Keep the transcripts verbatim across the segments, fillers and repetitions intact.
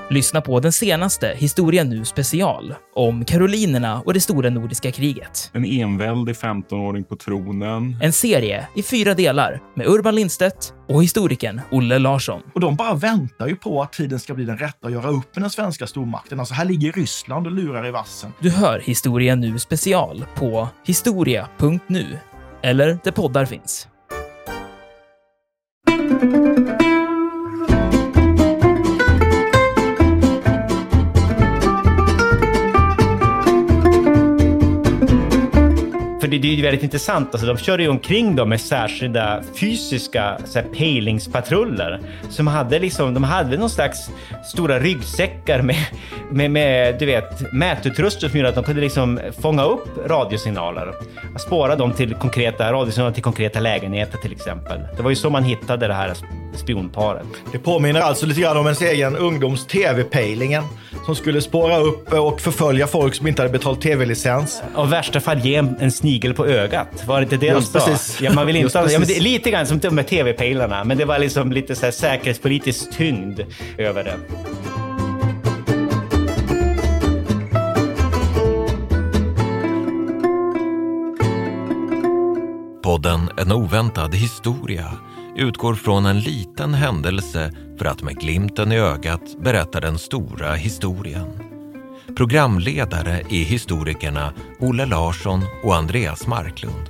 Lyssna på den senaste Historia Nu special om Karolinerna och det stora nordiska kriget. En enväldig femtonåring på tronen. En serie i fyra delar med Urban Lindstedt och historikern Olle Larsson. Och de bara väntar ju på att tiden ska bli den rätta att göra upp med den svenska stormakten. Alltså här ligger Ryssland och lurar i vassen. Du hör Historia Nu special på historia punkt nu eller där poddar finns. För det, det är ju väldigt intressant, alltså, de körde ju omkring då med särskilda fysiska så här, pejlingspatruller som hade liksom, de hade någon slags stora ryggsäckar med, med, med du vet, mätutrustning som gjorde att de kunde liksom fånga upp radiosignaler, spåra dem till konkreta radiosignaler till konkreta lägenheter till exempel. Det var ju så man hittade det här spionparet. Det påminner alltså lite grann om ens egen ungdoms-tv-pejlingen som skulle spåra upp och förfölja folk som inte hade betalt tv-licens. Och i värsta fall ge en, en snigel på ögat. Var det inte det Just de sa? precis. Ja, man vill inte, Just ja, men det är lite grann som med tv-pejlarna, men det var liksom lite så här säkerhetspolitisk tyngd över det. Podden En oväntad historia utgår från en liten händelse för att med glimten i ögat berätta den stora historien. Programledare är historikerna Olle Larsson och Andreas Marklund.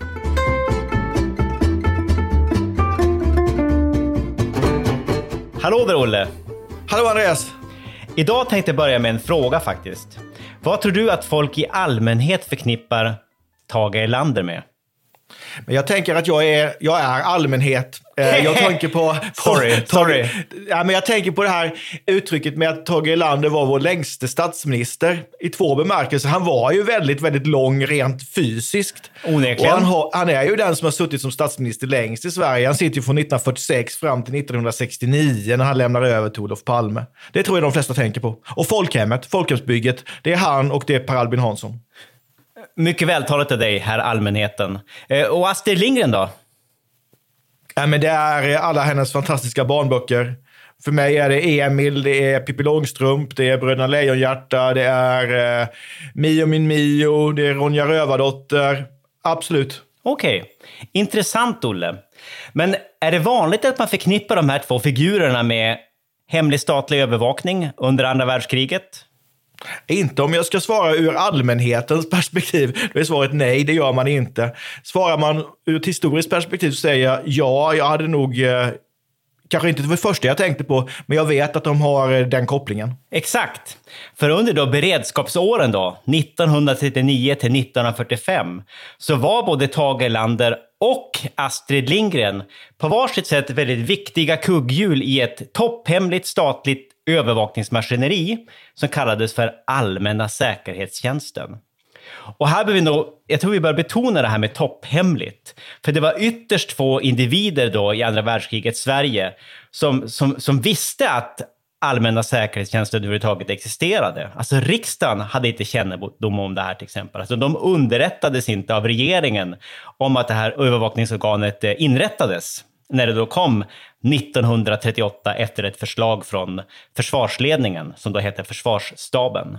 Hallå där, Olle! Hallå Andreas! Idag tänkte jag börja med en fråga faktiskt. Vad tror du att folk i allmänhet förknippar Tage Erlander med? Men jag tänker att jag är, jag är allmänhet. Eh, Jag tänker på... på sorry, Tage, sorry. Ja, men jag tänker på det här uttrycket med att Tage Erlander var vår längste statsminister i två bemärkelser. Han var ju väldigt, väldigt lång rent fysiskt. Onekligen. Och han, har, han är ju den som har suttit som statsminister längst i Sverige. Han sitter ju från nittonhundrafyrtiosex fram till nittonhundrasextionio när han lämnar över till Olof Palme. Det tror jag de flesta tänker på. Och folkhemmet, folkhemsbygget, det är han och det är Per Albin Hansson. Mycket vältalat av dig, herr allmänheten. Eh, och Astrid Lindgren då? Ja, men det är alla hennes fantastiska barnböcker. För mig är det Emil, det är Pippi Långstrump, det är Bröderna Lejonhjärta, det är eh, Mio min Mio, det är Ronja Rövardotter. Absolut. Okej, okay. Intressant, Olle. Men är det vanligt att man förknippar de här två figurerna med hemlig statlig övervakning under andra världskriget? Inte om jag ska svara ur allmänhetens perspektiv. Då är svaret nej, det gör man inte. Svarar man ur ett historiskt perspektiv så säger jag ja, jag hade nog... Eh, kanske inte det första jag tänkte på, men jag vet att de har eh, den kopplingen. Exakt. För under då beredskapsåren då, nittonhundratrettionio till nittonhundrafyrtiofem, så var både Tage Erlander och Astrid Lindgren på varsitt sätt väldigt viktiga kugghjul i ett topphemligt statligt övervakningsmaskineri som kallades för Allmänna säkerhetstjänsten. Och här behöver vi nog, jag tror vi bör betona det här med topphemligt. För det var ytterst få individer då i andra världskrigets Sverige som, som, som visste att Allmänna säkerhetstjänsten överhuvudtaget existerade. Alltså riksdagen hade inte kännedom om det här till exempel. Alltså de underrättades inte av regeringen om att det här övervakningsorganet inrättades. När det då kom nittonhundratrettioåtta efter ett förslag från försvarsledningen som då hette Försvarsstaben.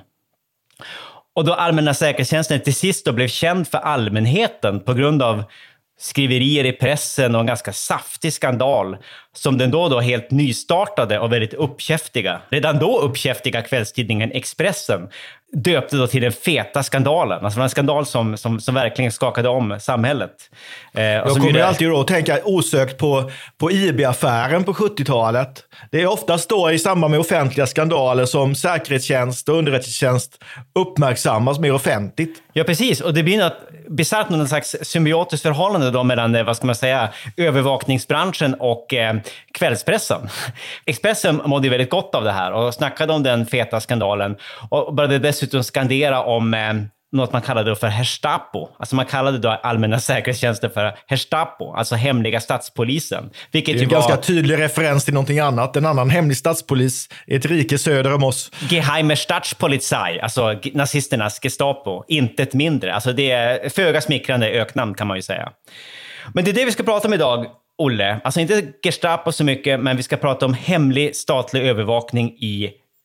Och då Allmänna säkerhetstjänsten till sist då blev känd för allmänheten på grund av skriverier i pressen och en ganska saftig skandal som den då, då helt nystartade och väldigt uppkäftiga, redan då uppkäftiga kvällstidningen Expressen döpte då till den feta skandalen. Alltså en skandal som, som, som verkligen skakade om samhället. Eh, Jag kommer gjorde... alltid då att tänka osökt på, på I B-affären på sjuttiotalet. Det är oftast då i samband med offentliga skandaler som säkerhetstjänst och underrättelsetjänst uppmärksammas mer offentligt. Ja, precis. Och det blir något bisarrt, någon slags symbiotiskt förhållande då mellan, vad ska man säga, övervakningsbranschen och eh, kvällspressen. Expressen mådde väldigt gott av det här och snackade om den feta skandalen och började dessutom skandera om eh, något man kallade för Gestapo. Alltså man kallade då Allmänna säkerhetstjänsten för Gestapo, alltså hemliga statspolisen. Vilket det är en ju var... ganska tydlig referens till någonting annat. En annan hemlig statspolis i ett rike söder om oss. Geheime Staatspolizei, alltså nazisternas Gestapo. Inte ett mindre. Alltså det är föga smickrande öknamn kan man ju säga. Men det är det vi ska prata om idag, Olle. Alltså inte Gestapo så mycket, men vi ska prata om hemlig statlig övervakning i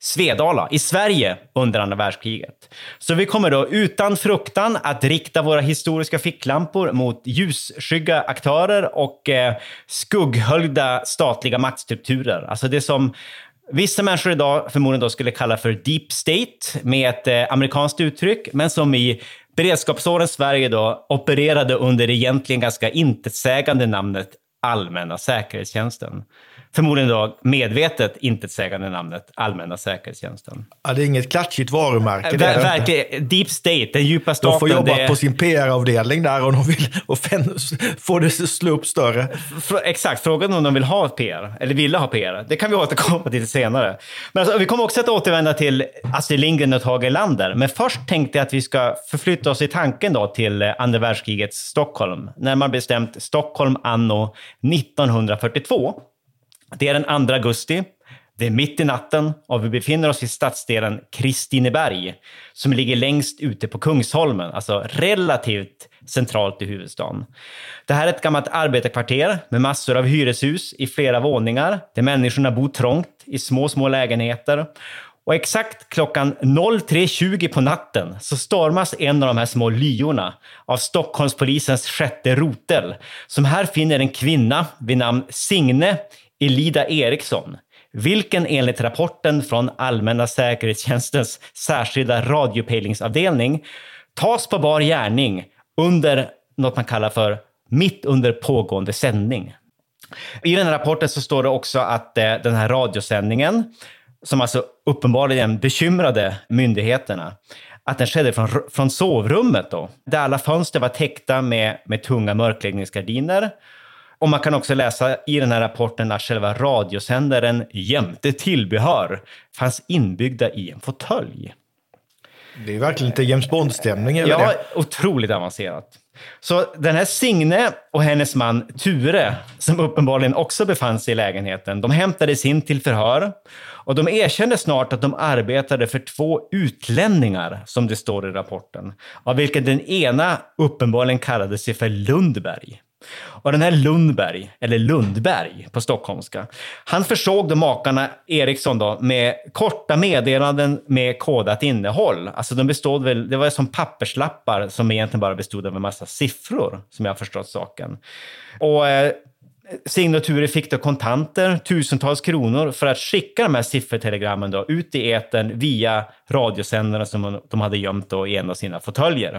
Svedala i Sverige under andra världskriget. Så vi kommer då utan fruktan att rikta våra historiska ficklampor mot ljusskygga aktörer och eh, skugghöljda statliga maktstrukturer. Alltså det som vissa människor idag förmodligen då skulle kalla för deep state med ett eh, amerikanskt uttryck, men som i beredskapsåren Sverige då opererade under det egentligen ganska intetsägande namnet Allmänna säkerhetstjänsten. Förmodligen då medvetet intetsägande namnet Allmänna säkerhetstjänsten. Ja, det är inget klatschigt varumärke. Ver- det är verkligen, deep state, den djupa staten. De får jobba det... på sin P R-avdelning där och de vill och få det slå upp större. F- exakt, frågan om de vill ha P R, eller ville ha P R. Det kan vi återkomma till senare. Men alltså, vi kommer också att återvända till Astrid Lindgren och Tage Erlander. Men först tänkte jag att vi ska förflytta oss i tanken då till andra världskrigets Stockholm. När man bestämt Stockholm anno nittonhundrafyrtiotvå. Det är den andra augusti, det är mitt i natten och vi befinner oss i stadsdelen Kristineberg som ligger längst ute på Kungsholmen, alltså relativt centralt i huvudstaden. Det här är ett gammalt arbetarkvarter med massor av hyreshus i flera våningar där människorna bor trångt i små, små lägenheter. Och exakt klockan tre tjugo på natten så stormas en av de här små lyorna av Stockholmspolisens sjätte rotel som här finner en kvinna vid namn Signe Elida Eriksson, vilken enligt rapporten från Allmänna säkerhetstjänstens särskilda radiopejlingsavdelning tas på bar gärning under något man kallar för mitt under pågående sändning. I den här rapporten så står det också att eh, den här radiosändningen, som alltså uppenbarligen bekymrade myndigheterna, att den skedde från, från sovrummet då, där alla fönster var täckta med, med tunga mörkläggningsgardiner. Och man kan också läsa i den här rapporten att själva radiosändaren jämte tillbehör fanns inbyggda i en fåtölj. Det är verkligen lite James Bond-stämning över ja, det. Otroligt avancerat. Så den här Signe och hennes man Ture, som uppenbarligen också befann sig i lägenheten, de hämtades in till förhör och de erkände snart att de arbetade för två utlänningar, som det står i rapporten, av vilken den ena uppenbarligen kallade sig för Lundberg. Och den här Lundberg, eller Lundberg på stockholmska, han försåg de makarna Eriksson då med korta meddelanden med kodat innehåll. Alltså de bestod väl, det var som papperslappar som egentligen bara bestod av en massa siffror, som jag har förstått saken. Och eh, Signe och Ture fick då kontanter, tusentals kronor, för att skicka de här siffertelegrammen då ut i etern via radiosändarna som de hade gömt då i en av sina fåtöljer.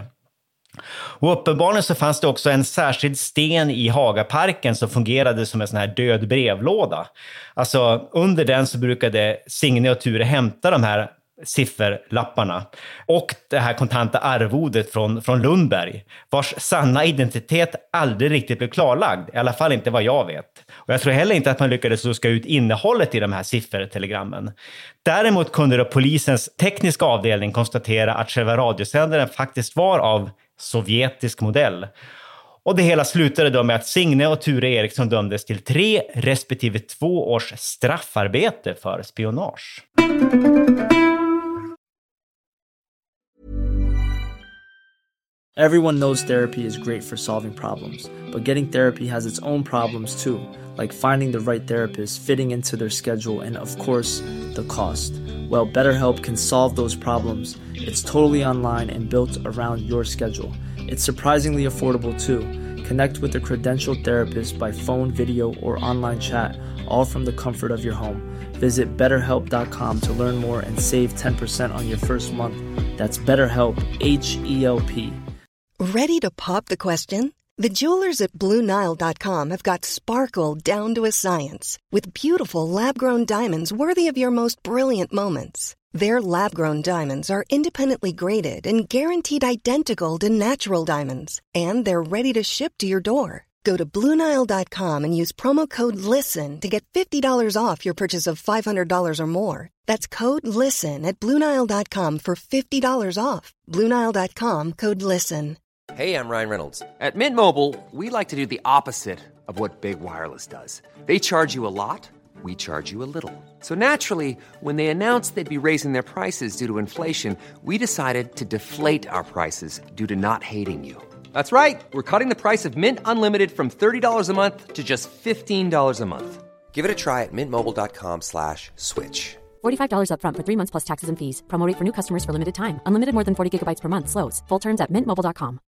Och uppenbarligen så fanns det också en särskild sten i Hagaparken som fungerade som en sån här död brevlåda. Alltså under den så brukade Signe och Ture hämta de här sifferlapparna och det här kontanta arvodet från, från Lundberg, vars sanna identitet aldrig riktigt blev klarlagd, i alla fall inte vad jag vet. Och jag tror heller inte att man lyckades luska ut innehållet i de här siffertelegrammen. Däremot kunde då polisens tekniska avdelning konstatera att själva radiosändaren faktiskt var av sovjetisk modell. Och det hela slutade då med att Signe och Ture Eriksson dömdes till tre respektive två års straffarbete för spionage. Everyone knows therapy is great for solving problems, but getting therapy has its own problems too, like finding the right therapist, fitting into their schedule, and of course, the cost. Well, BetterHelp can solve those problems. It's totally online and built around your schedule. It's surprisingly affordable too. Connect with a credentialed therapist by phone, video, or online chat, all from the comfort of your home. Visit better help dot com to learn more and save ten percent on your first month. That's BetterHelp, H E L P. Ready to pop the question? The jewelers at Blue Nile dot com have got sparkle down to a science with beautiful lab-grown diamonds worthy of your most brilliant moments. Their lab-grown diamonds are independently graded and guaranteed identical to natural diamonds, and they're ready to ship to your door. Go to Blue Nile dot com and use promo code LISTEN to get fifty dollars off your purchase of five hundred dollars or more. That's code LISTEN at Blue Nile dot com for fifty dollars off. Blue Nile dot com, code LISTEN. Hey, I'm Ryan Reynolds. At Mint Mobile, we like to do the opposite of what Big Wireless does. They charge you a lot, we charge you a little. So naturally, when they announced they'd be raising their prices due to inflation, we decided to deflate our prices due to not hating you. That's right. We're cutting the price of Mint Unlimited from thirty dollars a month to just fifteen dollars a month. Give it a try at mintmobile dot com slash switch. forty-five dollars up front for three months plus taxes and fees. Promo rate for new customers for limited time. Unlimited more than forty gigabytes per month slows. Full terms at mint mobile dot com.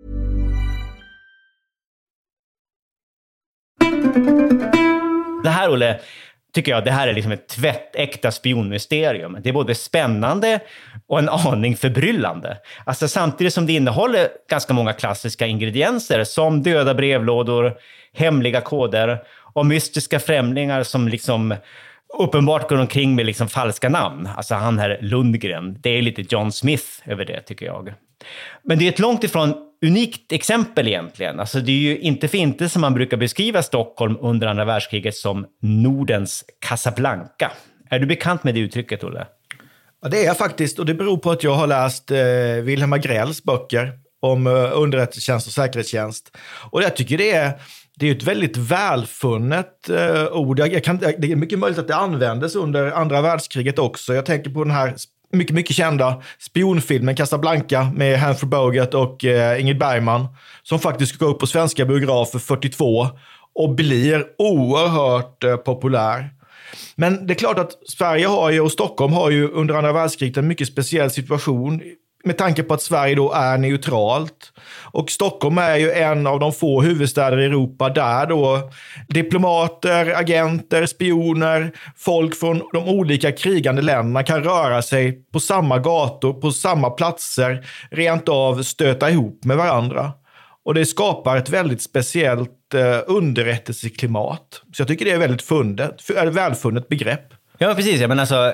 Det här, Olle, tycker jag, det här är liksom ett tvättäkta spionmysterium. Det är både spännande och en aning förbryllande. Alltså samtidigt som det innehåller ganska många klassiska ingredienser som döda brevlådor, hemliga koder och mystiska främlingar som liksom uppenbart går omkring med liksom falska namn. Alltså han här Lundgren, det är lite John Smith över det tycker jag. Men det är ett långt ifrån unikt exempel egentligen. Alltså det är ju inte för inte som man brukar beskriva Stockholm under andra världskriget som Nordens Casablanca. Är du bekant med det uttrycket, Olle? Ja, det är jag faktiskt, och det beror på att jag har läst eh, Wilhelm Agrells böcker om eh, underrättelsetjänst och säkerhetstjänst. Och jag tycker det är, det är ett väldigt välfunnet eh, ord. Jag, jag kan, det är mycket möjligt att det användes under andra världskriget också. Jag tänker på den här mycket, mycket kända spionfilmen Casablanca med Humphrey Bogart och eh, Ingrid Bergman som faktiskt går upp på svenska biografer fyrtiotvå och blir oerhört eh, populär. Men det är klart att Sverige har ju, och Stockholm har ju under andra världskriget en mycket speciell situation med tanke på att Sverige då är neutralt. Och Stockholm är ju en av de få huvudstäder i Europa där då diplomater, agenter, spioner, folk från de olika krigande länderna kan röra sig på samma gator, på samma platser, rent av stöta ihop med varandra. Och det skapar ett väldigt speciellt eh, underrättelseklimat. Så jag tycker det är väldigt fundet, ett välfunnet begrepp. Ja, precis. Jag menar alltså,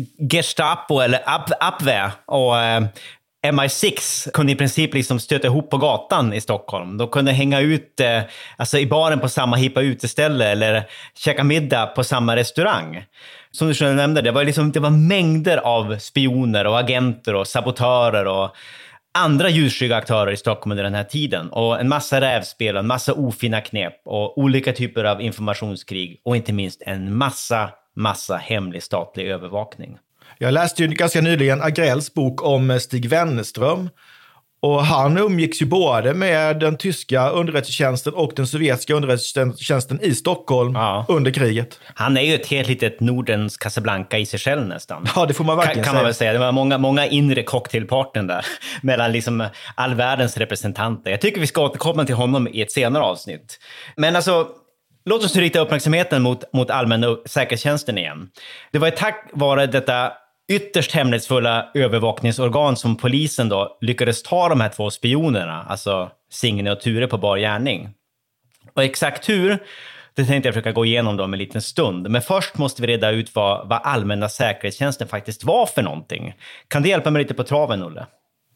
Gestapo eller Abwehr och eh, M I sex kunde i princip liksom stöta ihop på gatan i Stockholm. De kunde hänga ut eh, alltså i baren på samma hippa uteställe eller käka middag på samma restaurang. Som du själv nämnde, det var, liksom, det var mängder av spioner och agenter och sabotörer och andra ljusskygga aktörer i Stockholm under den här tiden. Och en massa rävspel, en massa ofina knep och olika typer av informationskrig och inte minst en massa massa hemlig statlig övervakning. Jag läste ju ganska nyligen Agrells bok om Stig Wennerström. Och han umgicks ju både med den tyska underrättelsetjänsten och den sovjetiska underrättelsetjänsten i Stockholm ja. under kriget. Han är ju ett helt litet Nordens Casablanca i sig själv nästan. Ja, det får man verkligen kan, kan säga. man väl säga. Det var många, många inre cocktailparten där mellan liksom all världens representanter. Jag tycker vi ska återkomma till honom i ett senare avsnitt. Men alltså, låt oss rikta uppmärksamheten mot, mot allmänna säkerhetstjänsten igen. Det var tack vare detta ytterst hemlighetsfulla övervakningsorgan som polisen då lyckades ta de här två spionerna, alltså Signe och Ture på bar gärning. Och exakt hur, det tänkte jag försöka gå igenom om en liten stund. Men först måste vi reda ut vad, vad allmänna säkerhetstjänsten faktiskt var för någonting. Kan det hjälpa mig lite på traven, Olle?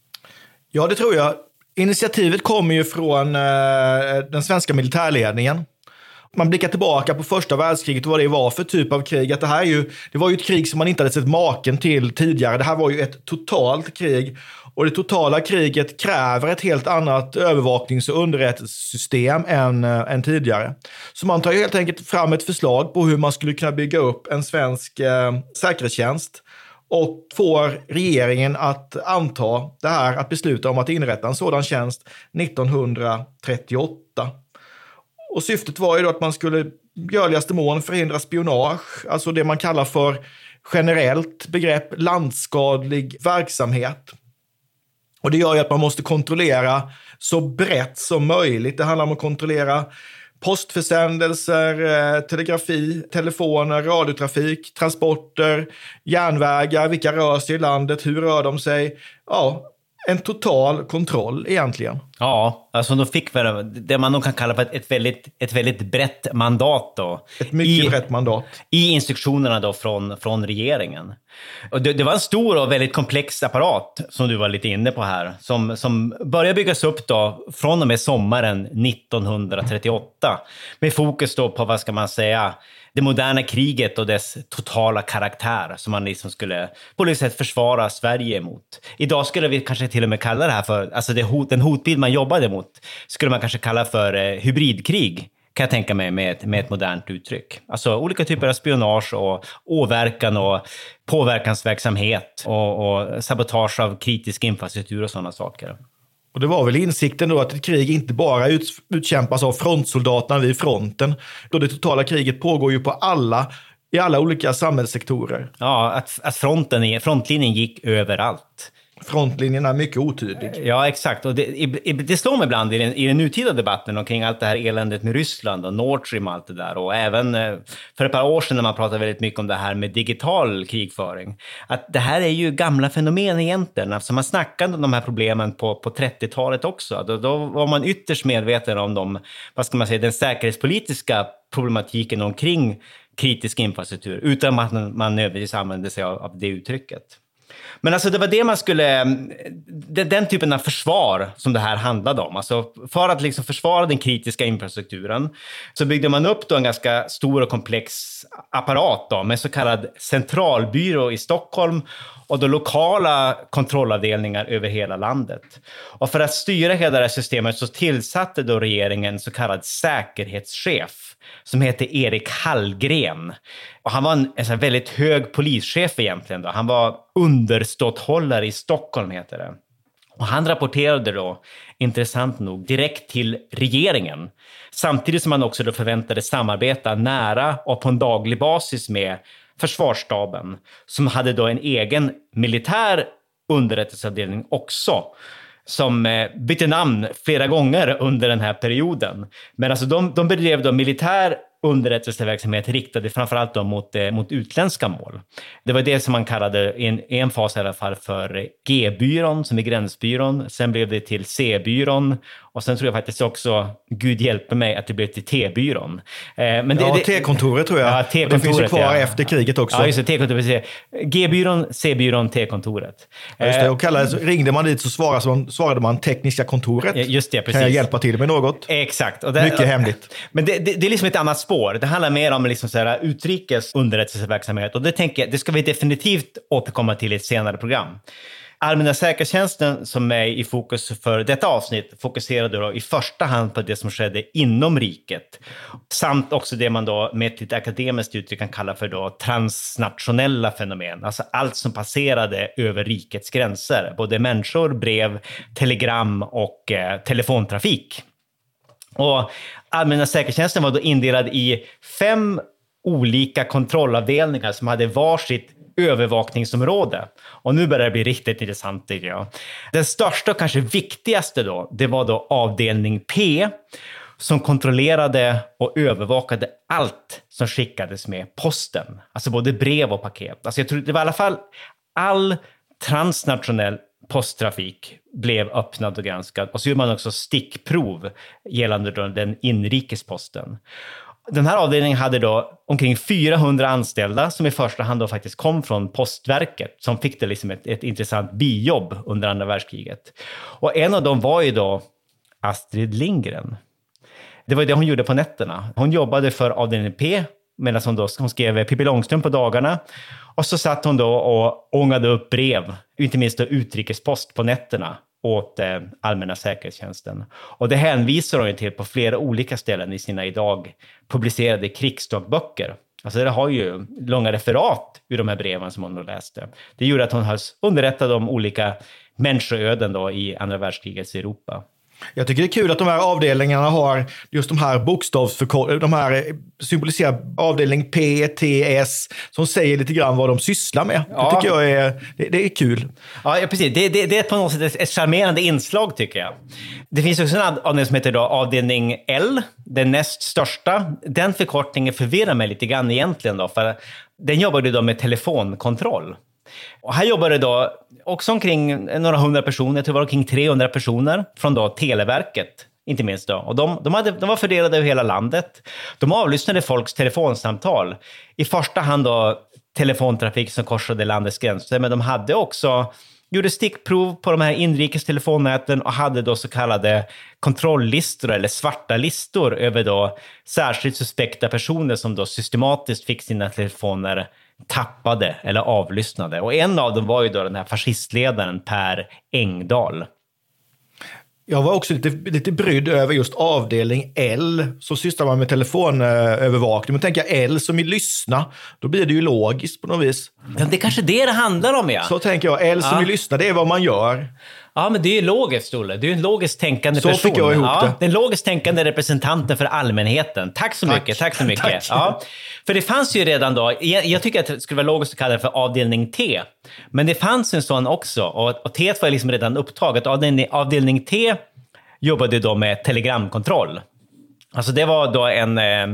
Ja, det tror jag. Initiativet kommer ju från eh, den svenska militärledningen. Man blickar tillbaka på första världskriget och vad det var för typ av krig. Att det, här är ju, det var ju ett krig som man inte hade sett maken till tidigare. Det här var ju ett totalt krig. Och det totala kriget kräver ett helt annat övervaknings- och underrättelsesystem än, än tidigare. Så man tar ju helt enkelt fram ett förslag på hur man skulle kunna bygga upp en svensk eh, säkerhetstjänst. Och får regeringen att anta det här, att besluta om att inrätta en sådan tjänst nittonhundratrettioåtta. Och syftet var ju då att man skulle görligaste mån förhindra spionage, alltså det man kallar för generellt begrepp landskadlig verksamhet. Och det gör ju att man måste kontrollera så brett som möjligt. Det handlar om att kontrollera postförsändelser, telegrafi, telefoner, radiotrafik, transporter, järnvägar, vilka rör sig i landet, hur rör de sig? Ja, en total kontroll egentligen. Ja, alltså de fick väl det man nog kan kalla för ett väldigt, ett väldigt brett mandat då. Ett mycket I, brett mandat. I instruktionerna då från, från regeringen. Och det, det var en stor och väldigt komplex apparat som du var lite inne på här. Som, som började byggas upp då från och med sommaren nittonhundratrettioåtta. Med fokus då på, vad ska man säga, det moderna kriget och dess totala karaktär som man liksom skulle på något sätt försvara Sverige emot. Idag skulle vi kanske till och med kalla det här för, alltså det hot, den hotbild man jobbade mot skulle man kanske kalla för eh, hybridkrig, kan jag tänka mig med ett, med ett modernt uttryck. Alltså olika typer av spionage och åverkan och påverkansverksamhet och, och sabotage av kritisk infrastruktur och sådana saker. Och det var väl insikten då att ett krig inte bara ut, utkämpas av frontsoldaterna vid fronten. Då det totala kriget pågår ju på alla i alla olika samhällssektorer. Ja, att, att fronten, frontlinjen gick överallt. Frontlinjen är mycket otydlig. Ja, exakt. Och det, det slår mig ibland i den, i den nutida debatten omkring allt det här eländet med Ryssland och Nord Stream och allt det där. Och även för ett par år sedan när man pratade väldigt mycket om det här med digital krigföring. Att det här är ju gamla fenomen egentligen. Alltså man snackade om de här problemen på, på trettiotalet också. Då, då var man ytterst medveten om de, vad ska man säga, den säkerhetspolitiska problematiken omkring kritisk infrastruktur. Utan att man, man nödvändigtvis använde sig av, av det uttrycket. Men alltså det var det man skulle, den, den typen av försvar som det här handlade om. Alltså för att liksom försvara den kritiska infrastrukturen så byggde man upp då en ganska stor och komplex apparat då, med så kallad centralbyrå i Stockholm och då lokala kontrollavdelningar över hela landet. Och för att styra hela det här systemet så tillsatte då regeringen så kallad säkerhetschef som hette Erik Hallgren. Och han var en, en så här väldigt hög polischef egentligen då. Han var underståthållare i Stockholm heter det. Och han rapporterade då, intressant nog, direkt till regeringen. Samtidigt som han också då förväntade samarbeta nära och på en daglig basis med försvarsstaben. Som hade då en egen militär underrättelseavdelning också. Som bytte namn flera gånger under den här perioden. Men alltså de, de bedrev då militär underrättelseverksamhet riktade framförallt då mot, eh, mot utländska mål. Det var det som man kallade en, en fas i alla fall för G-byrån som är gränsbyrån. Sen blev det till C-byrån och sen tror jag faktiskt också, Gud hjälper mig, att det blev till T-byrån. Eh, men det, ja, det, T-kontoret tror jag. Ja, T-kontoret, det finns ju kvar ja. efter kriget också. Ja, just det. T-kontoret. G-byrån, C-byrån, T-kontoret. Ja, just det. Och kallades, ringde man dit så svarade man, svarade man tekniska kontoret. Just det, precis. Kan jag hjälpa till med något? Exakt. Och det, mycket hemligt. Men det, det, det är liksom ett annat spår. Det handlar mer om liksom så här utrikes underrättelseverksamhet. Och det tänker jag, det ska vi definitivt återkomma till i ett senare program. Allmänna säkerhetstjänsten som är i fokus för detta avsnitt fokuserade då i första hand på det som skedde inom riket. Samt också det man då med ett lite akademiskt uttryck kan kalla för då transnationella fenomen. Alltså allt som passerade över rikets gränser. Både människor, brev, telegram och eh, telefontrafik. Och allmänna säkerhetstjänsten var då indelad i fem olika kontrollavdelningar som hade varsitt övervakningsområde. Och nu börjar det bli riktigt intressant tycker jag. Den största och kanske viktigaste då, det var då avdelning P som kontrollerade och övervakade allt som skickades med posten. Alltså både brev och paket. Alltså jag tror det var i alla fall all transnationell posttrafik blev öppnad och granskad. Och så gjorde man också stickprov gällande då den inrikesposten. Den här avdelningen hade då omkring fyrahundra anställda som i första hand då faktiskt kom från Postverket som fick det liksom ett, ett intressant bijobb under andra världskriget. Och en av dem var ju då Astrid Lindgren. Det var det hon gjorde på nätterna. Hon jobbade för avdelning P medan hon, då, hon skrev Pippi Långstrump på dagarna. Och så satt hon då och ångade upp brev, inte minst då utrikespost på nätterna åt eh, allmänna säkerhetstjänsten. Och det hänvisar hon till på flera olika ställen i sina idag publicerade krigsdagböcker. Alltså det har ju långa referat ur de här breven som hon då läste. Det gjorde att hon hölls underrättad om olika människoöden då i andra världskrigets Europa. Jag tycker det är kul att de här avdelningarna har just de här bokstavsförkortningarna, de här symboliserar avdelning P, T, S som säger lite grann vad de sysslar med. Ja. Det tycker jag är, det, det är kul. Ja, precis. Det, det, det är på något sätt ett charmerande inslag tycker jag. Det finns också en avdelning som heter då avdelning L, den näst största. Den förkortningen förvirrar mig lite grann egentligen då, för den jobbade då med telefonkontroll. Och här jobbade då också omkring några hundra personer, jag tror det var omkring trehundra personer från då Televerket, inte minst då. Och de, de, hade, de var fördelade över hela landet. De avlyssnade folks telefonsamtal. I första hand då telefontrafik som korsade landets gränser, men de hade också gjorde stickprov på de här inrikes telefonnäten och hade då så kallade kontrolllistor eller svarta listor över då särskilt suspekta personer som då systematiskt fick sina telefoner tappade eller avlyssnade. Och en av dem var ju då den här fascistledaren Per Engdahl. Jag var också lite, lite brydd över just avdelning L, så sysslar man med telefonövervakning. Men tänker jag L som i lyssna, då blir det ju logiskt på något vis. Ja, det är kanske det det handlar om, ja. Så tänker jag, L som ja. i lyssna, det är vad man gör. Ja, men det är ju logiskt, Olle. Du är en logiskt tänkande så person. Så fick jag ihop ja, det. Den logiskt tänkande representanten för allmänheten. Tack så tack. mycket. Tack så mycket. Tack. Ja. För det fanns ju redan då, jag, jag tycker att det skulle vara logiskt att kalla det för avdelning T. Men det fanns en sån också. Och, och T var liksom redan upptaget. Avdelning, avdelning T jobbade då med telegramkontroll. Alltså det var då en eh,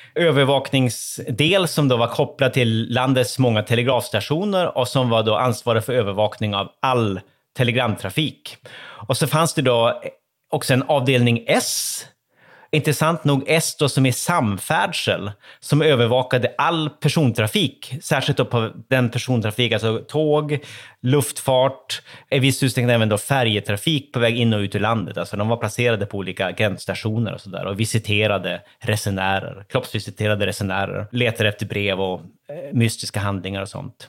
övervakningsdel som då var kopplad till landets många telegrafstationer och som var då ansvarig för övervakning av all telegramtrafik. Och så fanns det då också en avdelning S, intressant nog S då, som är samfärdsel, som övervakade all persontrafik, särskilt då på den persontrafik, alltså tåg, luftfart, i viss utsträckning även då färjetrafik på väg in och ut ur landet. Alltså de var placerade på olika gränsstationer och sådär och visiterade resenärer, kroppsvisiterade resenärer, letade efter brev och eh, mystiska handlingar och sånt.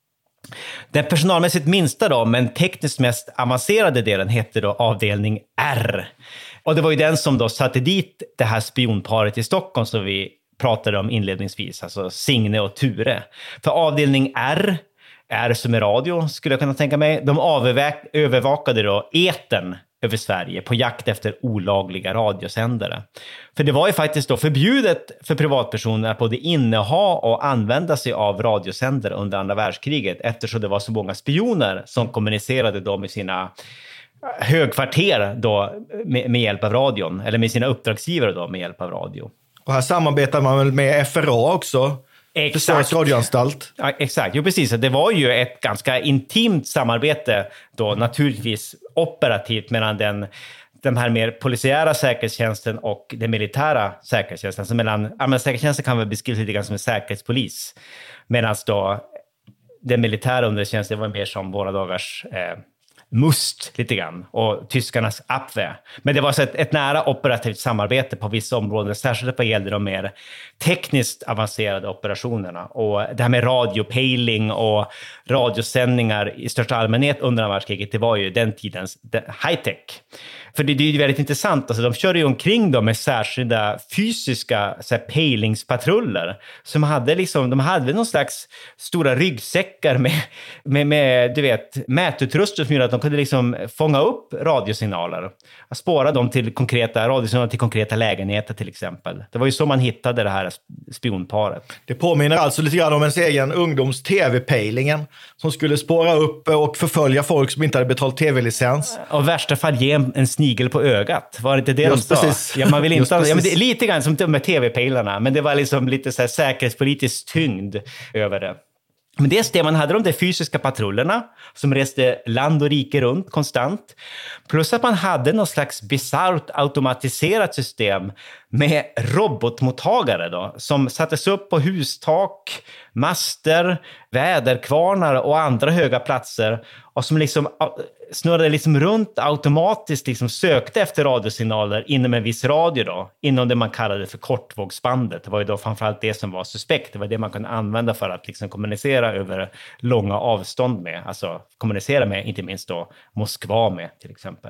Den personalmässigt minsta då, men tekniskt mest avancerade delen hette då avdelning R. Och det var ju den som då satte dit det här spionparet i Stockholm som vi pratade om inledningsvis, alltså Signe och Ture. För avdelning R, R som är radio skulle jag kunna tänka mig, de övervak- övervakade då etern över Sverige på jakt efter olagliga radiosändare. För det var ju faktiskt då förbjudet för privatpersoner att både inneha och använda sig av radiosändare under andra världskriget, eftersom det var så många spioner som kommunicerade då med sina högkvarter då med, med hjälp av radion, eller med sina uppdragsgivare då med hjälp av radio. Och här samarbetar man väl med F R A också? Försvarets radioanstalt. Ja, exakt, jo precis. Det var ju ett ganska intimt samarbete då, naturligtvis operativt, mellan den, den här mer polisiära säkerhetstjänsten och den militära säkerhetstjänsten. Alltså mellan, ja, men säkerhetstjänsten kan väl beskrivas lite grann som en säkerhetspolis, medan då den militära underrättelsetjänsten var mer som våra dagars eh, must lite grann, och tyskarnas Abwehr. Men det var så ett, ett nära operativt samarbete på vissa områden, särskilt vad gällde de mer tekniskt avancerade operationerna. Och det här med radiopejling och radiosändningar i största allmänhet under andra världskriget, det var ju den tidens high-tech. För det, det är ju väldigt intressant, alltså, de körde ju omkring då med särskilda fysiska så här, pejlingspatruller som hade liksom, de hade någon slags stora ryggsäckar med, med, med du vet, mätutrustning som gjorde att de kunde liksom fånga upp radiosignaler, spåra dem till konkreta radiosignaler till konkreta lägenheter till exempel. Det var ju så man hittade det här spionparet. Det påminner alltså lite grann om ens egen ungdoms-tv-pejlingen som skulle spåra upp och förfölja folk som inte hade betalt tv-licens. Och i värsta fall ge en, en snigel på ögat. Var det inte det Just de sa? precis. Ja, man vill inte, Just ja, men det är lite grann som med tv-pejlarna, men det var liksom lite så här säkerhetspolitisk tyngd över det. Men dels det, man hade de där fysiska patrullerna som reste land och rike runt konstant. Plus att man hade någon slags bizarrt automatiserat system med robotmottagare då, som sattes upp på hustak, master, väderkvarnar och andra höga platser, och som liksom snurrade liksom runt automatiskt, liksom sökte efter radiosignaler inom en viss radio då, inom det man kallade för kortvågsbandet. Det var ju då framförallt det som var suspekt. Det var det man kunde använda för att liksom kommunicera över långa avstånd med, alltså kommunicera med inte minst då Moskva med till exempel.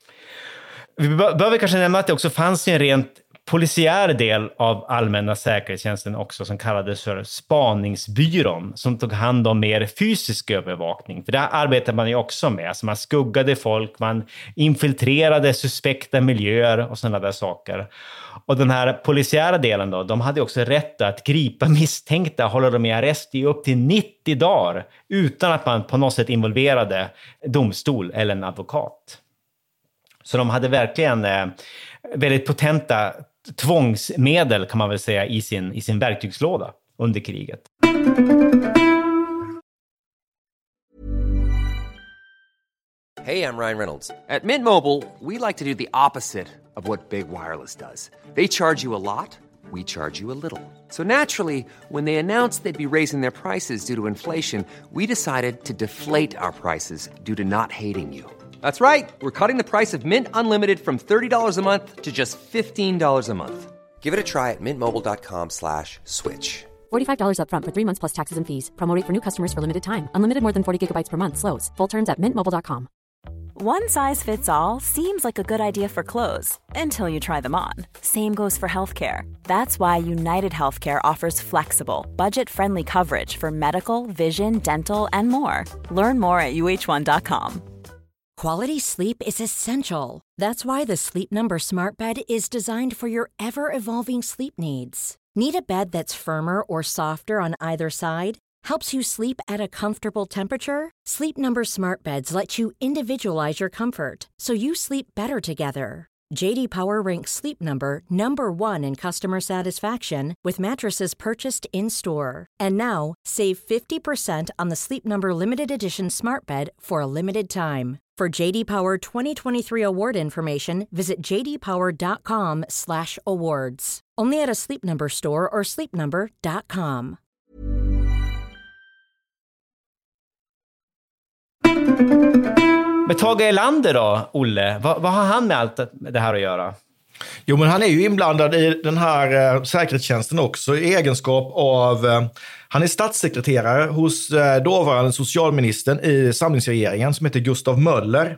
Vi behöver kanske nämna att det också fanns en rent polisiär del av allmänna säkerhetstjänsten också som kallades för spaningsbyrån, som tog hand om mer fysisk övervakning. För det arbetade man ju också med. Alltså man skuggade folk, man infiltrerade suspekta miljöer och sådana där saker. Och den här polisiära delen då, de hade också rätt att gripa misstänkta, hålla dem i arrest i upp till nittio dagar utan att man på något sätt involverade domstol eller en advokat. Så de hade verkligen eh, väldigt potenta tvångsmedel kan man väl säga i sin, i sin verktygslåda under kriget. Hey, I'm Ryan Reynolds. At Mint Mobile, we like to do the opposite of what Big Wireless does. They charge you a lot, we charge you a little. So naturally, when they announced they'd be raising their prices due to inflation, we decided to deflate our prices due to not hating you. That's right. We're cutting the price of Mint Unlimited from thirty dollars a month to just fifteen dollars a month. Give it a try at mintmobile.com slash switch. forty-five dollars up front for three months plus taxes and fees. Promo rate for new customers for limited time. Unlimited more than forty gigabytes per month. Slows full terms at mint mobile dot com. One size fits all seems like a good idea for clothes until you try them on. Same goes for healthcare. That's why United Healthcare offers flexible, budget-friendly coverage for medical, vision, dental, and more. Learn more at U H one dot com. Quality sleep is essential. That's why the Sleep Number Smart Bed is designed for your ever-evolving sleep needs. Need a bed that's firmer or softer on either side? Helps you sleep at a comfortable temperature? Sleep Number Smart Beds let you individualize your comfort so you sleep better together. J D Power ranks Sleep Number number one in customer satisfaction with mattresses purchased in-store. And now, save fifty percent on the Sleep Number Limited Edition Smart Bed for a limited time. For J D Power twenty twenty-three award information, visit j d power dot com slash awards. Only at a Sleep Number store or sleep number dot com. Men Tage Erlander då, Olle? Vad, vad har han med allt det här att göra? Jo, men han är ju inblandad i den här eh, säkerhetstjänsten också i egenskap av... Eh, han är statssekreterare hos eh, dåvarande socialministern i samlingsregeringen som heter Gustav Möller.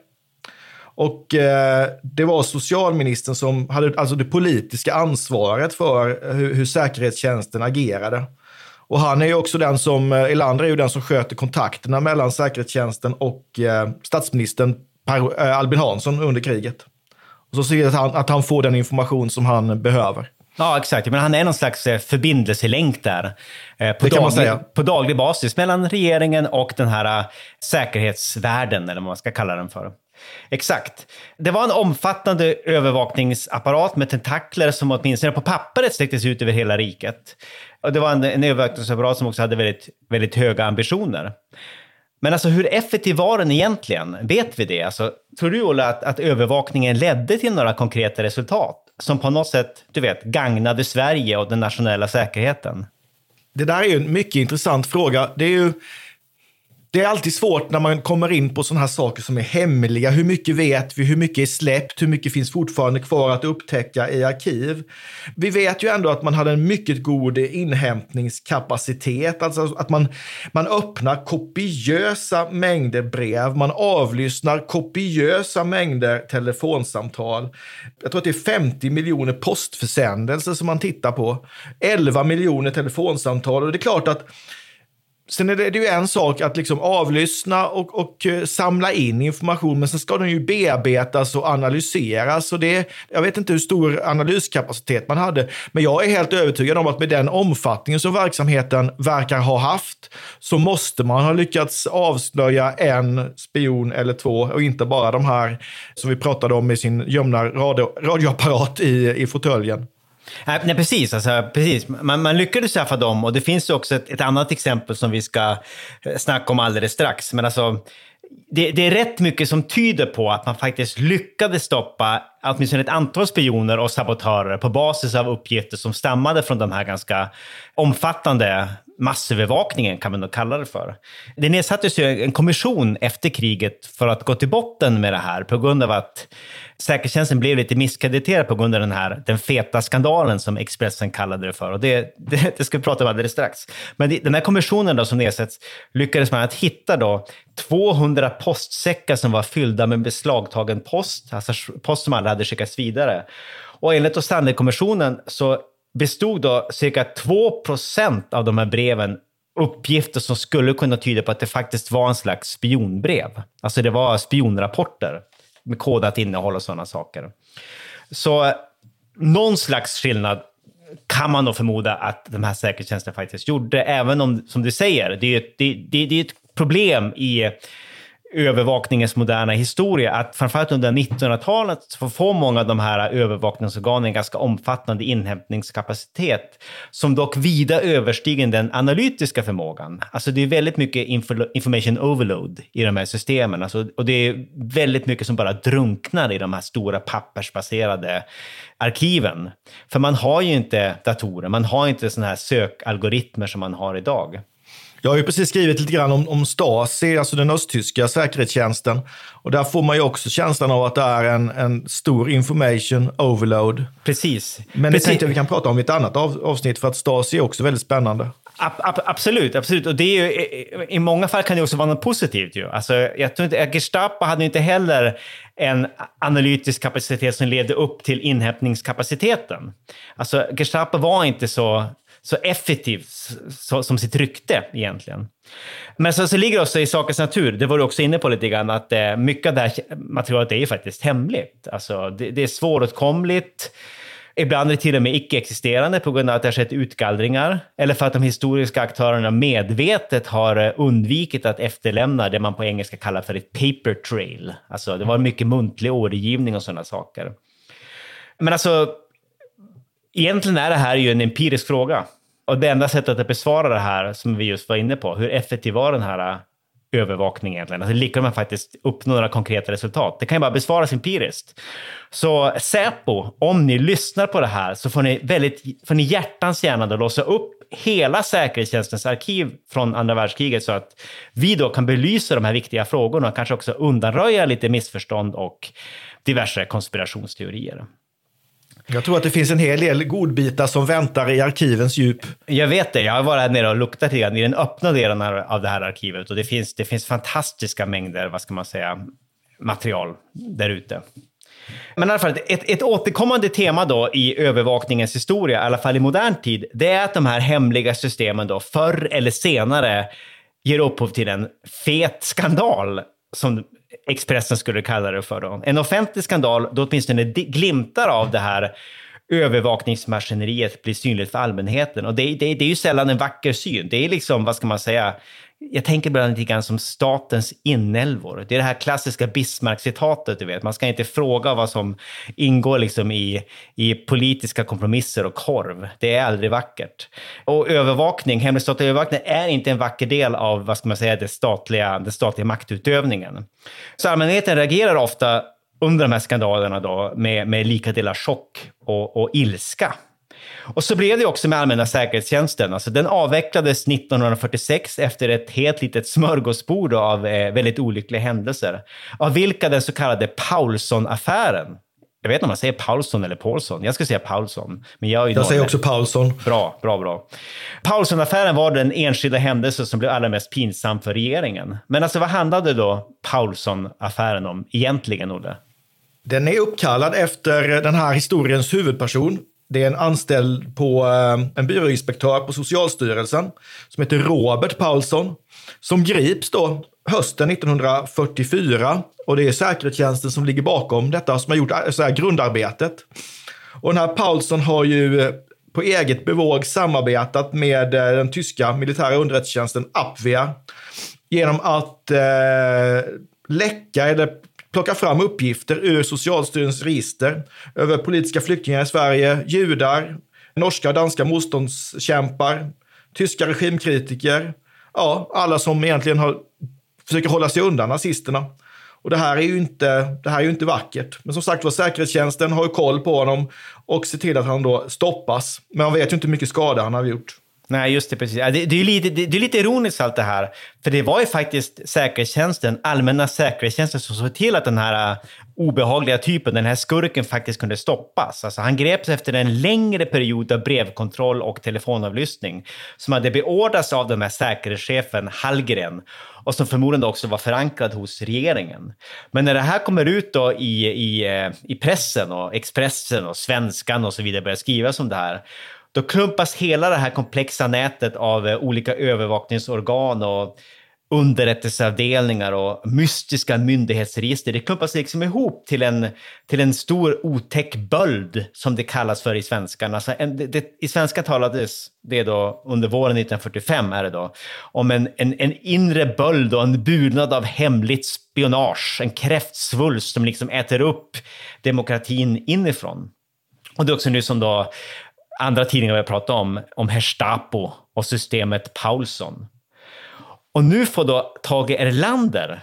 Och eh, det var socialministern som hade alltså det politiska ansvaret för hur, hur säkerhetstjänsten agerade. Och han är ju också den som, Erlander är ju den som sköter kontakterna mellan säkerhetstjänsten och eh, statsministern Per, eh, Albin Hansson under kriget. Och så ser vi att han, att han får den information som han behöver. Ja, exakt. Men han är någon slags förbindelselänk där. Eh, på, det kan man daglig, säga. På daglig basis mellan regeringen och den här uh, säkerhetsvärlden, eller vad man ska kalla den för. Exakt. Det var en omfattande övervakningsapparat med tentakler som åtminstone på pappret sträcktes ut över hela riket. Och det var en, en övervakningsapparat som också hade väldigt, väldigt höga ambitioner. Men alltså hur effektiv var den egentligen? Vet vi det? Alltså, tror du, Ola, att, att övervakningen ledde till några konkreta resultat som på något sätt, du vet, gagnade Sverige och den nationella säkerheten? Det där är ju en mycket intressant fråga. Det är ju det är alltid svårt när man kommer in på sådana här saker som är hemliga. Hur mycket vet vi? Hur mycket är släppt? Hur mycket finns fortfarande kvar att upptäcka i arkiv? Vi vet ju ändå att man hade en mycket god inhämtningskapacitet. Alltså att man, man öppnar kopiösa mängder brev. Man avlyssnar kopiösa mängder telefonsamtal. Jag tror att det är femtio miljoner postförsändelser som man tittar på. elva miljoner telefonsamtal. Och det är klart att sen är det, det är ju en sak att liksom avlyssna och, och samla in information, men sen ska den ju bearbetas och analyseras. Och det, jag vet inte hur stor analyskapacitet man hade, men jag är helt övertygad om att med den omfattningen som verksamheten verkar ha haft så måste man ha lyckats avslöja en spion eller två och inte bara de här som vi pratade om med sin gömna radio, radioapparat i, i fåtöljen. Nej, precis. Alltså, precis. Man, man lyckades skaffa dem, och det finns också ett, ett annat exempel som vi ska snacka om alldeles strax. Men alltså, det, det är rätt mycket som tyder på att man faktiskt lyckades stoppa åtminstone ett antal spioner och sabotörer på basis av uppgifter som stammade från de här ganska omfattande massövervakningen, kan man nog kalla det för. Det nedsattes ju en kommission efter kriget för att gå till botten med det här på grund av att säkerhetstjänsten blev lite misskrediterad på grund av den här den feta skandalen som Expressen kallade det för. Och det, det, det ska vi prata om alldeles strax. Men det, den här kommissionen då som nedsätts lyckades man att hitta då tvåhundra postsäckar som var fyllda med beslagtagen post, alltså post som aldrig hade skickats vidare. Och enligt Ostanderkommissionen så bestod då cirka två procent av de här breven uppgifter som skulle kunna tyda på att det faktiskt var en slags spionbrev. Alltså det var spionrapporter med kodat innehåll och sådana saker. Så någon slags skillnad kan man då förmoda att de här säkerhetstjänsterna faktiskt gjorde, även om, som du säger, det är ett, det, det, det är ett problem i övervakningens moderna historia att framförallt under nittonhundratalet så får många av de här övervakningsorganen ganska omfattande inhämtningskapacitet som dock vida överstiger den analytiska förmågan. Alltså det är väldigt mycket info- information overload i de här systemen, alltså, och det är väldigt mycket som bara drunknar i de här stora pappersbaserade arkiven. För man har ju inte datorer, man har inte såna här sökalgoritmer som man har idag. Jag har ju precis skrivit lite grann om, om Stasi, alltså den östtyska säkerhetstjänsten. Och där får man ju också känslan av att det är en, en stor information overload. Precis. Men precis. det tänkte jag vi kan prata om i ett annat av, avsnitt, för att Stasi är också väldigt spännande. Ab- ab- absolut, absolut. Och det är ju, i, i många fall kan det också vara något positivt. Ju. Alltså, jag tror inte, Gestapo hade inte heller en analytisk kapacitet som ledde upp till inhämtningskapaciteten. Alltså, Gestapo var inte så så effektivt så, som sitt rykte egentligen. Men så, så ligger det också i sakens natur, det var du också inne på lite grann, att eh, mycket av det här materialet är ju faktiskt hemligt. Alltså, det, det är svåråtkomligt. Ibland är det till och med icke-existerande på grund av att det har skett utgallringar eller för att de historiska aktörerna medvetet har undvikit att efterlämna det man på engelska kallar för ett paper trail. Alltså det var mycket muntlig återgivning och sådana saker. Men alltså, egentligen är det här ju en empirisk fråga. Och det enda sättet att besvara det här som vi just var inne på, hur effektiv var den här övervakning egentligen? Alltså lyckas man faktiskt uppnå några konkreta resultat? Det kan ju bara besvaras empiriskt. Så Säpo, om ni lyssnar på det här så får ni väldigt, får ni hjärtans gärna då låsa upp hela säkerhetstjänstens arkiv från andra världskriget så att vi då kan belysa de här viktiga frågorna och kanske också undanröja lite missförstånd och diverse konspirationsteorier. Jag tror att det finns en hel del godbitar som väntar i arkivens djup. Jag vet det. Jag har varit här nere och luktat i den öppna delen av det här arkivet. Och det finns, det finns fantastiska mängder, vad ska man säga, material där ute. Men i alla fall, ett, ett återkommande tema då i övervakningens historia, i alla fall i modern tid, det är att de här hemliga systemen då förr eller senare ger upphov till en fet skandal som Expressen skulle kalla det för då. En offentlig skandal då åtminstone glimtar av det här övervakningsmaskineriet blir synligt för allmänheten. Och det, det, det är ju sällan en vacker syn. Det är liksom, vad ska man säga, jag tänker bara lite grann som statens inälvor. Det är det här klassiska Bismarck-citatet, du vet. Man ska inte fråga vad som ingår liksom i, i politiska kompromisser och korv. Det är aldrig vackert. Och övervakning, hemlig statlig övervakning är inte en vacker del av, vad ska man säga, det statliga, den statliga maktutövningen. Så allmänheten reagerar ofta under de här skandalerna då med, med lika delar chock och, och ilska. Och så blev det också med allmänna säkerhetstjänsten. Alltså den avvecklades nittonhundrafyrtiosex efter ett helt litet smörgåsbord av eh, väldigt olyckliga händelser. Av vilka den så kallade Paulson-affären. Jag vet inte om man säger Paulson eller Paulson. Jag ska säga Paulson. Men jag jag säger också Paulson. Bra, bra, bra. Paulson-affären var den enskilda händelse som blev allra mest pinsam för regeringen. Men alltså vad handlade då Paulson-affären om egentligen, Olle? Den är uppkallad efter den här historiens huvudperson. Det är en anställd på en byråinspektör på Socialstyrelsen som heter Robert Paulson som grips då hösten nittonhundrafyrtiofyra och det är säkerhetstjänsten som ligger bakom detta som har gjort så här grundarbetet. Och den här Paulson har ju på eget bevåg samarbetat med den tyska militära underrättelsetjänsten Abwehr genom att eh, läcka eller plocka fram uppgifter ur Socialstyrelsens register över politiska flyktingar i Sverige, judar, norska och danska motståndskämpar, tyska regimkritiker, ja, alla som egentligen har, försöker hålla sig undan nazisterna. Och det här är ju inte, det här är ju inte vackert. Men som sagt var, säkerhetstjänsten har ju koll på honom och ser till att han då stoppas. Men man vet ju inte hur mycket skada han har gjort. Nej, just det, precis. Det, det, är ju lite, det, det är lite ironiskt allt det här. För det var ju faktiskt säkerhetstjänsten, allmänna säkerhetstjänsten som såg till att den här obehagliga typen, den här skurken faktiskt kunde stoppas. Alltså han greps efter en längre period av brevkontroll och telefonavlyssning som hade beordrats av den här säkerhetschefen Hallgren och som förmodligen också var förankrad hos regeringen. Men när det här kommer ut då i, i, i pressen och Expressen och Svenskan och så vidare börjar skrivas om det här, då klumpas hela det här komplexa nätet av olika övervakningsorgan och underrättelseavdelningar och mystiska myndighetsregister. Det klumpas liksom ihop till en, till en stor otäck böld som det kallas för i svenskan. Alltså en, det, det, i svenska talades det då under våren nittonhundrafyrtiofem är det då om en, en, en inre böld och en burnad av hemligt spionage. En kräftsvulst som liksom äter upp demokratin inifrån. Och det är också nu som då andra tidningar vi pratar om, om Gestapo och systemet Paulson. Och nu får då Tage Erlander,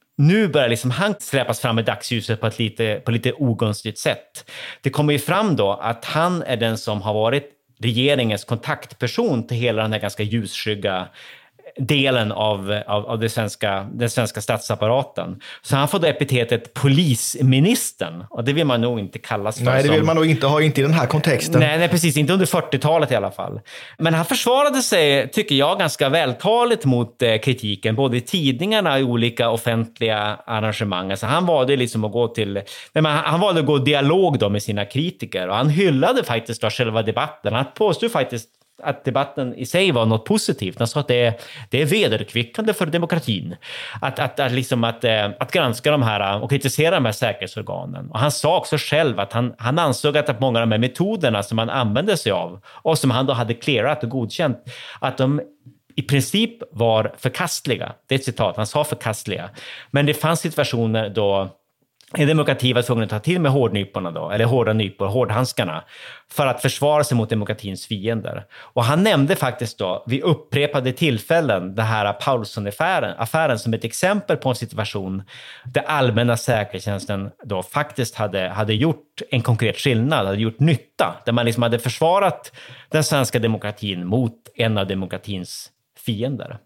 nu börjar liksom han släpas fram i dagsljuset på ett lite, på lite ogunstigt sätt. Det kommer ju fram då att han är den som har varit regeringens kontaktperson till hela den här ganska ljusskygga delen av, av, av det svenska, den svenska statsapparaten. Så han får då epitetet polisministern. Och det vill man nog inte kallas för. Nej, det vill som... man nog inte ha, inte i den här kontexten. Nej, nej, precis. Inte under fyrtiotalet i alla fall. Men han försvarade sig, tycker jag, ganska vältaligt mot eh, kritiken. Både i tidningarna och i olika offentliga arrangemang. Alltså han valde liksom att gå till... Nej, men han, han valde att gå dialog då med sina kritiker. Och han hyllade faktiskt då själva debatten. Han påstod faktiskt att debatten i sig var något positivt. Han sa att det är, det är vederkvickande för demokratin att, att, att, liksom att, att granska de här och kritisera de här säkerhetsorganen. Och han sa också själv att han, han ansåg att många av de här metoderna som han använde sig av och som han då hade clearat och godkänt, att de i princip var förkastliga. Det är ett citat, han sa förkastliga. Men det fanns situationer då en demokrati var tvungen att ta till med hårdnyporna då, eller hårda nypor, hårdhandskarna, för att försvara sig mot demokratins fiender. Och han nämnde faktiskt då vid upprepade tillfällen det här Paulson-affären affären som ett exempel på en situation där allmänna säkerhetstjänsten då faktiskt hade, hade gjort en konkret skillnad, hade gjort nytta, där man liksom hade försvarat den svenska demokratin mot en av demokratins fiender.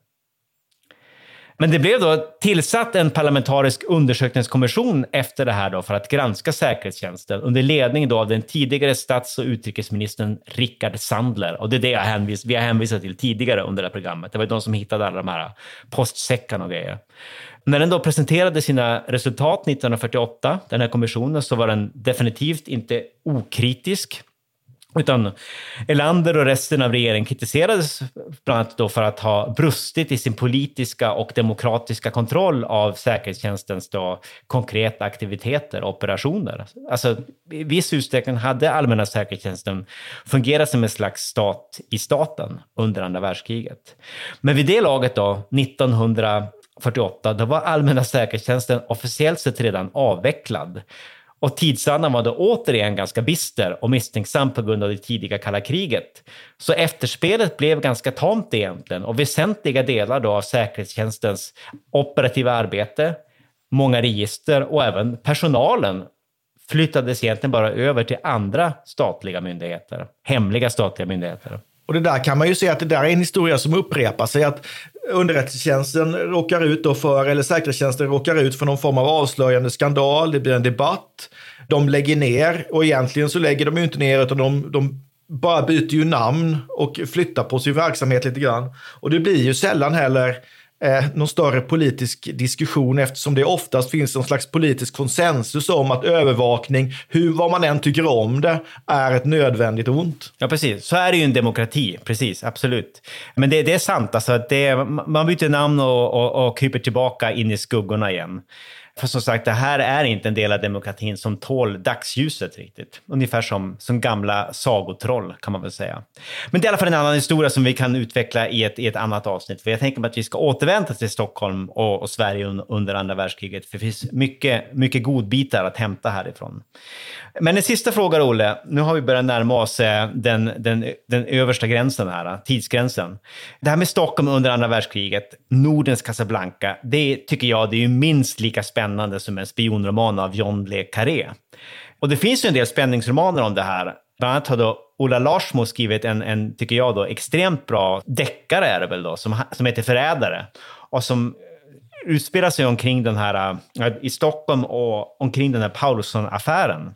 Men det blev då tillsatt en parlamentarisk undersökningskommission efter det här då för att granska säkerhetstjänsten under ledning då av den tidigare stats- och utrikesministern Rickard Sandler. Och det är det jag hänvis- vi har hänvisat till tidigare under det här programmet. Det var de som hittade alla de här postsäckarna och grejer. När den då presenterade sina resultat nittonhundrafyrtioåtta, den här kommissionen, så var den definitivt inte okritisk. Utan Erlander och resten av regeringen kritiserades bland annat då för att ha brustit i sin politiska och demokratiska kontroll av säkerhetstjänstens då konkreta aktiviteter och operationer. Alltså i viss utsträckning hade allmänna säkerhetstjänsten fungerat som en slags stat i staten under andra världskriget. Men vid det laget då, nittonhundrafyrtioåtta, då var allmänna säkerhetstjänsten officiellt sett redan avvecklad. Och tidsandan var då återigen ganska bister och misstänksam på grund av det tidiga kalla kriget. Så efterspelet blev ganska tamt egentligen, och väsentliga delar då av säkerhetstjänstens operativa arbete, många register och även personalen flyttades egentligen bara över till andra statliga myndigheter, hemliga statliga myndigheter. Och det där kan man ju se att det där är en historia som upprepar sig, att underrättelsetjänsten råkar ut då för, eller säkerhetstjänsten råkar ut för någon form av avslöjande skandal, det blir en debatt, de lägger ner, och egentligen så lägger de ju inte ner utan de, de bara byter ju namn och flyttar på sin verksamhet lite grann. Och det blir ju sällan heller eh, någon större politisk diskussion, eftersom det oftast finns en slags politisk konsensus om att övervakning, hur vad man än tycker om det, är ett nödvändigt ont. Ja, precis. Så är det ju en demokrati, precis, absolut. Men det, det är sant, alltså att det, man byter namn och, och, och kryper tillbaka in i skuggorna igen. För som sagt, det här är inte en del av demokratin som tål dagsljuset riktigt. Ungefär som, som gamla sagotroll kan man väl säga. Men det är i alla fall en annan historia som vi kan utveckla i ett, i ett annat avsnitt. För jag tänker mig att vi ska återvända till Stockholm och, och Sverige under andra världskriget. För det finns mycket, mycket godbitar att hämta härifrån. Men en sista fråga, Olle. Nu har vi börjat närma oss den, den, den översta gränsen här, tidsgränsen. Det här med Stockholm under andra världskriget, Nordens Casablanca, det tycker jag det är ju minst lika spännande som en spionroman av John Le Carré. Och det finns ju en del spänningsromaner om det här. Bland annat har då Ola Larsmo skrivit en, en tycker jag då, extremt bra deckare är det väl då, som, som heter Förrädare. Och som utspelar sig omkring den här, i Stockholm och omkring den här Paulson-affären.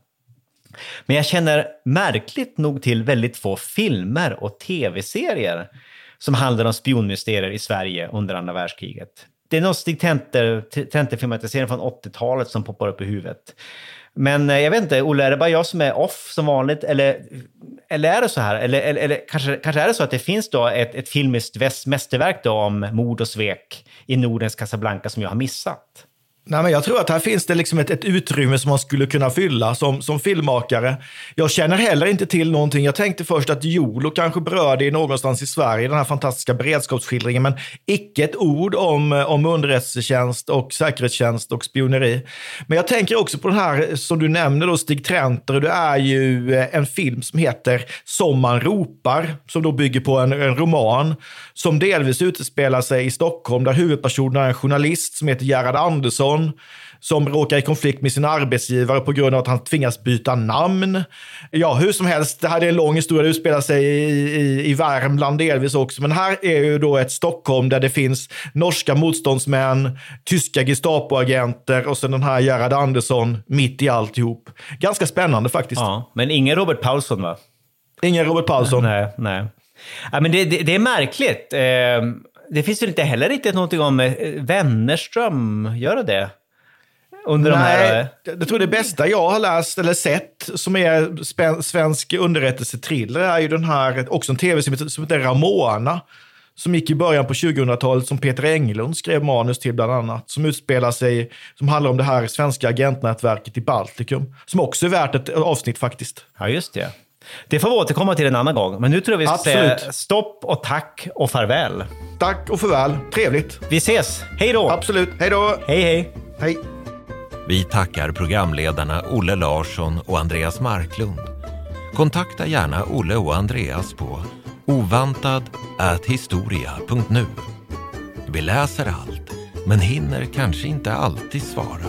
Men jag känner märkligt nog till väldigt få filmer och tv-serier som handlar om spionmysterier i Sverige under andra världskriget. Det är någon Stig Tenter-filmatisering från åttiotalet som poppar upp i huvudet. Men jag vet inte, Olle, är det bara jag som är off som vanligt? Eller, eller är det så här? Eller, eller, eller kanske, kanske är det så att det finns då ett, ett filmiskt mästerverk då om mord och svek i Nordens Casablanca som jag har missat? Nej, men jag tror att här finns det liksom ett, ett utrymme som man skulle kunna fylla som, som filmmakare. Jag känner heller inte till någonting. Jag tänkte först att Jolo kanske berörde i någonstans i Sverige, den här fantastiska beredskapsskildringen, men icke ett ord om, om underrättelsetjänst och säkerhetstjänst och spioneri. Men jag tänker också på den här som du nämner då, Stig Trenter. Det är ju en film som heter Som man ropar, som då bygger på en, en roman som delvis utspelar sig i Stockholm, där huvudpersonen är en journalist som heter Gerhard Andersson, som råkar i konflikt med sin arbetsgivare på grund av att han tvingas byta namn. Ja, hur som helst, det här är en lång historia, det utspelar sig i, i, i Värmland delvis också. Men här är ju då ett Stockholm där det finns norska motståndsmän, tyska Gestapo-agenter och sen den här Gerhard Andersson mitt i alltihop. Ganska spännande faktiskt. Ja, men ingen Robert Paulson, va? Ingen Robert Paulson. Nej, nej. Ja, men det, det, det är märkligt. Eh... Det finns ju inte heller riktigt någonting om Wennerström, gör det? under de Nej, här... jag tror det bästa jag har läst eller sett som är spä- svensk underrättelsetriller är ju den här, också en tv-serie som heter Ramona, som gick i början på tjugohundratalet, som Peter Englund skrev manus till bland annat, som utspelar sig, som handlar om det här svenska agentnätverket i Baltikum, som också är värt ett avsnitt faktiskt. Ja, just det. Det får vi återkomma till en annan gång. Men nu tror jag vi ska Absolut. säga stopp och tack och farväl. Tack och farväl. Trevligt. Vi ses. Hej då! Absolut. Hej då! Hej, hej! Hej! Vi tackar programledarna Olle Larsson och Andreas Marklund. Kontakta gärna Olle och Andreas på ovantad at historia punkt nu. Vi läser allt, men hinner kanske inte alltid svara.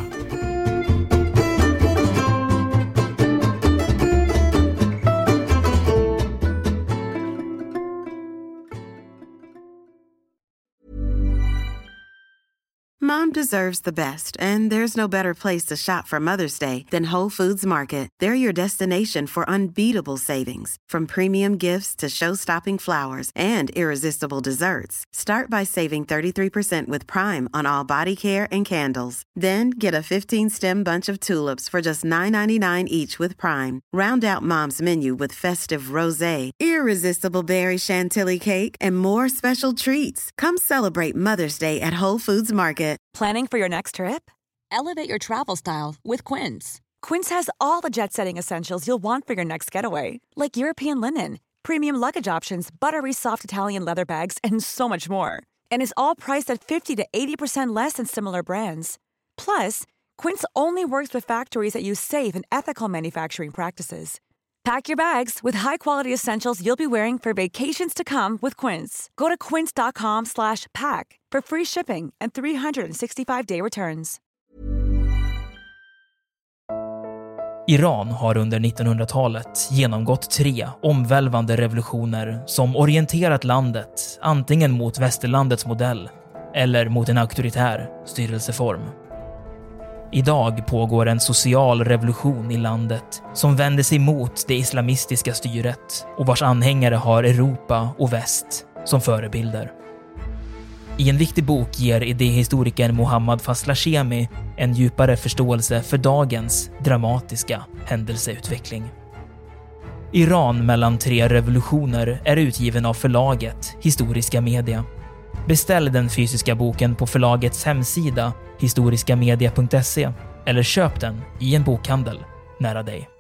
Mom deserves the best, and there's no better place to shop for Mother's Day than Whole Foods Market. They're your destination for unbeatable savings, from premium gifts to show-stopping flowers and irresistible desserts. Start by saving thirty-three percent with Prime on all body care and candles. Then get a fifteen-stem bunch of tulips for just nine ninety-nine each with Prime. Round out Mom's menu with festive rosé, irresistible berry chantilly cake, and more special treats. Come celebrate Mother's Day at Whole Foods Market. Planning for your next trip? Elevate your travel style with Quince. Quince has all the jet-setting essentials you'll want for your next getaway, like European linen, premium luggage options, buttery soft Italian leather bags, and so much more. And is all priced at fifty to eighty percent less than similar brands. Plus, Quince only works with factories that use safe and ethical manufacturing practices. Pack your bags with high-quality essentials you'll be wearing for vacations to come with Quince. Go to quince.com slash pack for free shipping and three sixty-five day returns. Iran har under nittonhundratalet genomgått tre omvälvande revolutioner som orienterat landet antingen mot västerlandets modell eller mot en auktoritär styrelseform. Idag pågår en social revolution i landet som vänder sig mot det islamistiska styret och vars anhängare har Europa och väst som förebilder. I en viktig bok ger idéhistorikern Mohammad Faslashemi en djupare förståelse för dagens dramatiska händelseutveckling. Iran mellan tre revolutioner är utgiven av förlaget Historiska Media. Beställ den fysiska boken på förlagets hemsida historiskamedia punkt se eller köp den i en bokhandel nära dig.